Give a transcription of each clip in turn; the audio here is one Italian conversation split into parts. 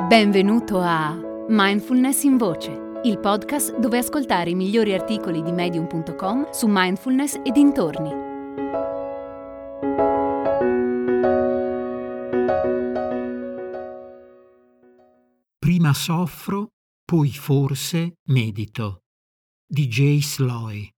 Benvenuto a Mindfulness in Voce, il podcast dove ascoltare i migliori articoli di Medium.com su mindfulness e dintorni. Prima soffro, poi forse medito. Di J. Sloy.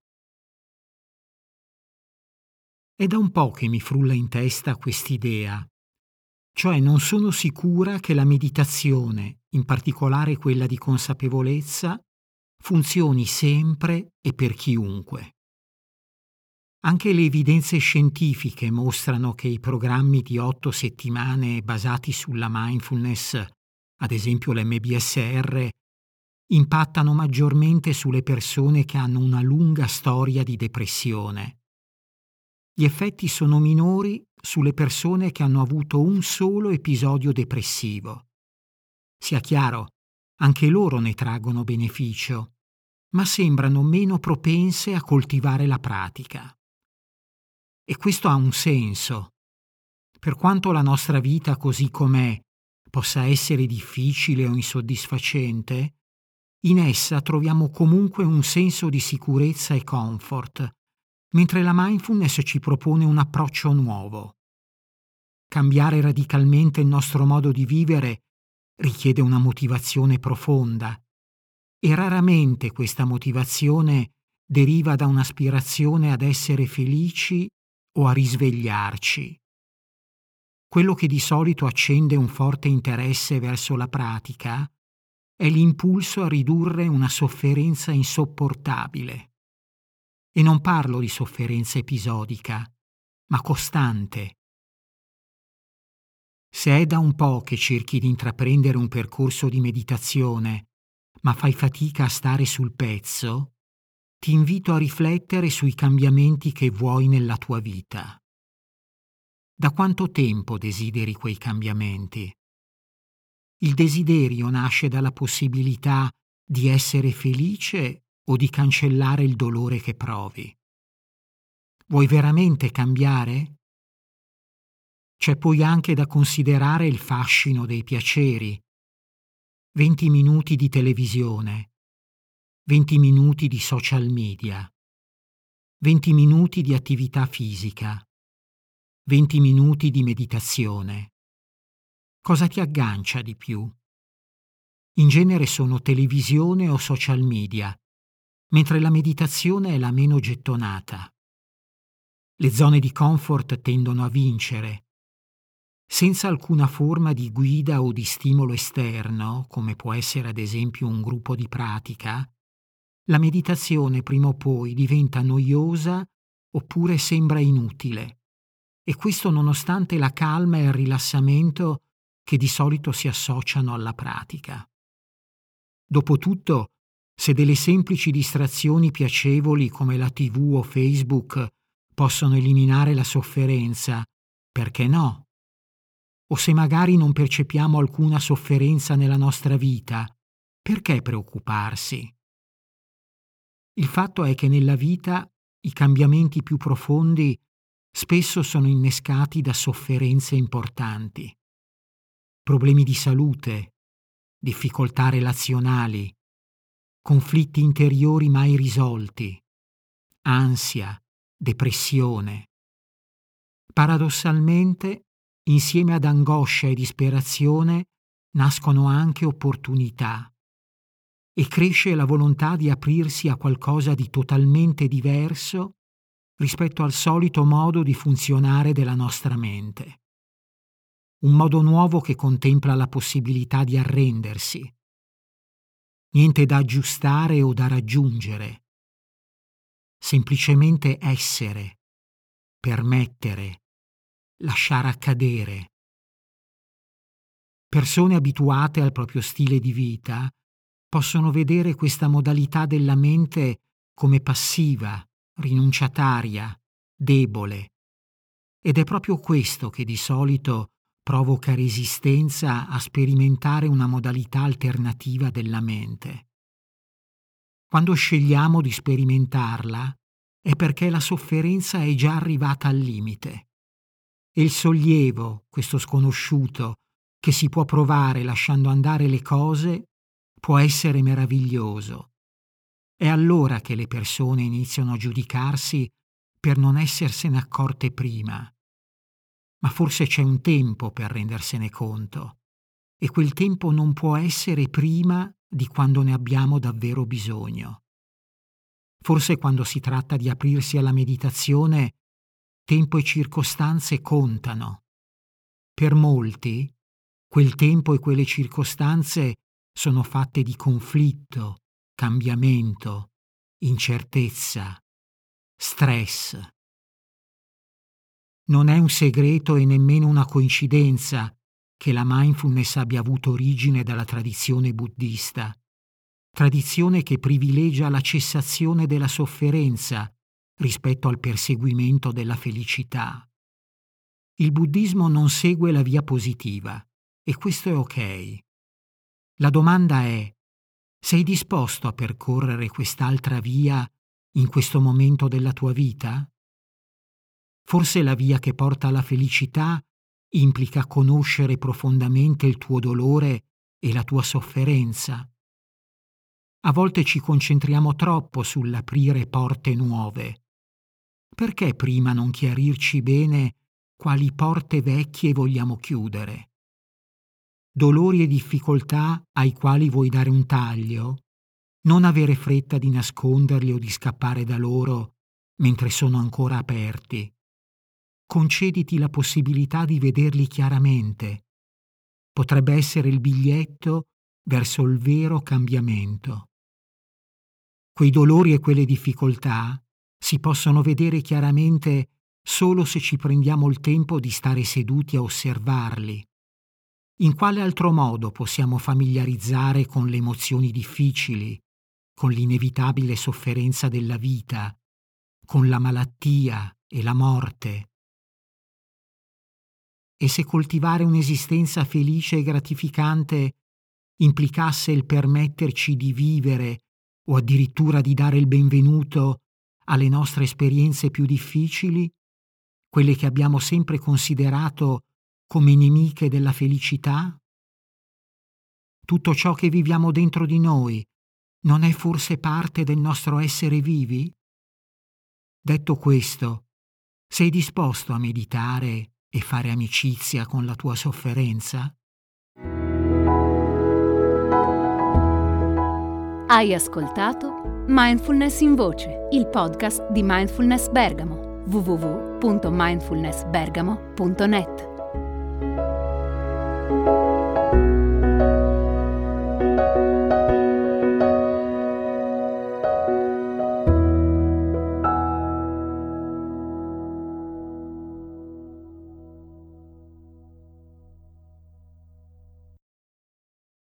È da un po' che mi frulla in testa quest'idea. Cioè non sono sicura che la meditazione, in particolare quella di consapevolezza, funzioni sempre e per chiunque. Anche le evidenze scientifiche mostrano che i programmi di 8 settimane basati sulla mindfulness, ad esempio l'MBSR, impattano maggiormente sulle persone che hanno una lunga storia di depressione. Gli effetti sono minori sulle persone che hanno avuto un solo episodio depressivo. Sia chiaro, anche loro ne traggono beneficio, ma sembrano meno propense a coltivare la pratica. E questo ha un senso. Per quanto la nostra vita così com'è possa essere difficile o insoddisfacente, in essa troviamo comunque un senso di sicurezza e comfort, mentre la mindfulness ci propone un approccio nuovo. Cambiare radicalmente il nostro modo di vivere richiede una motivazione profonda e raramente questa motivazione deriva da un'aspirazione ad essere felici o a risvegliarci. Quello che di solito accende un forte interesse verso la pratica è l'impulso a ridurre una sofferenza insopportabile. E non parlo di sofferenza episodica, ma costante. Se è da un po' che cerchi di intraprendere un percorso di meditazione, ma fai fatica a stare sul pezzo, ti invito a riflettere sui cambiamenti che vuoi nella tua vita. Da quanto tempo desideri quei cambiamenti? Il desiderio nasce dalla possibilità di essere felice o di cancellare il dolore che provi. Vuoi veramente cambiare? C'è poi anche da considerare il fascino dei piaceri. 20 minuti di televisione, 20 minuti di social media, 20 minuti di attività fisica, 20 minuti di meditazione. Cosa ti aggancia di più? In genere sono televisione o social media, mentre la meditazione è la meno gettonata. Le zone di comfort tendono a vincere. Senza alcuna forma di guida o di stimolo esterno, come può essere ad esempio un gruppo di pratica, la meditazione prima o poi diventa noiosa oppure sembra inutile, e questo nonostante la calma e il rilassamento che di solito si associano alla pratica. Dopotutto, se delle semplici distrazioni piacevoli come la TV o Facebook possono eliminare la sofferenza, perché no? O se magari non percepiamo alcuna sofferenza nella nostra vita, perché preoccuparsi? Il fatto è che nella vita i cambiamenti più profondi spesso sono innescati da sofferenze importanti. Problemi di salute, difficoltà relazionali, conflitti interiori mai risolti, ansia, depressione. Paradossalmente, insieme ad angoscia e disperazione nascono anche opportunità e cresce la volontà di aprirsi a qualcosa di totalmente diverso rispetto al solito modo di funzionare della nostra mente. Un modo nuovo che contempla la possibilità di arrendersi. Niente da aggiustare o da raggiungere. Semplicemente essere, permettere, lasciare accadere. Persone abituate al proprio stile di vita possono vedere questa modalità della mente come passiva, rinunciataria, debole. Ed è proprio questo che di solito provoca resistenza a sperimentare una modalità alternativa della mente. Quando scegliamo di sperimentarla è perché la sofferenza è già arrivata al limite e il sollievo, questo sconosciuto, che si può provare lasciando andare le cose può essere meraviglioso. È allora che le persone iniziano a giudicarsi per non essersene accorte prima. Ma forse c'è un tempo per rendersene conto, e quel tempo non può essere prima di quando ne abbiamo davvero bisogno. Forse quando si tratta di aprirsi alla meditazione, tempo e circostanze contano. Per molti, quel tempo e quelle circostanze sono fatte di conflitto, cambiamento, incertezza, stress. Non è un segreto e nemmeno una coincidenza che la mindfulness abbia avuto origine dalla tradizione buddista, tradizione che privilegia la cessazione della sofferenza rispetto al perseguimento della felicità. Il buddismo non segue la via positiva, e questo è ok. La domanda è: sei disposto a percorrere quest'altra via in questo momento della tua vita? Forse la via che porta alla felicità implica conoscere profondamente il tuo dolore e la tua sofferenza. A volte ci concentriamo troppo sull'aprire porte nuove. Perché prima non chiarirci bene quali porte vecchie vogliamo chiudere? Dolori e difficoltà ai quali vuoi dare un taglio? Non avere fretta di nasconderli o di scappare da loro mentre sono ancora aperti. Concediti la possibilità di vederli chiaramente. Potrebbe essere il biglietto verso il vero cambiamento. Quei dolori e quelle difficoltà si possono vedere chiaramente solo se ci prendiamo il tempo di stare seduti a osservarli. In quale altro modo possiamo familiarizzare con le emozioni difficili, con l'inevitabile sofferenza della vita, con la malattia e la morte? E se coltivare un'esistenza felice e gratificante implicasse il permetterci di vivere o addirittura di dare il benvenuto alle nostre esperienze più difficili, quelle che abbiamo sempre considerato come nemiche della felicità? Tutto ciò che viviamo dentro di noi non è forse parte del nostro essere vivi? Detto questo, sei disposto a meditare e fare amicizia con la tua sofferenza? Hai ascoltato Mindfulness in Voce, il podcast di Mindfulness Bergamo, www.mindfulnessbergamo.net.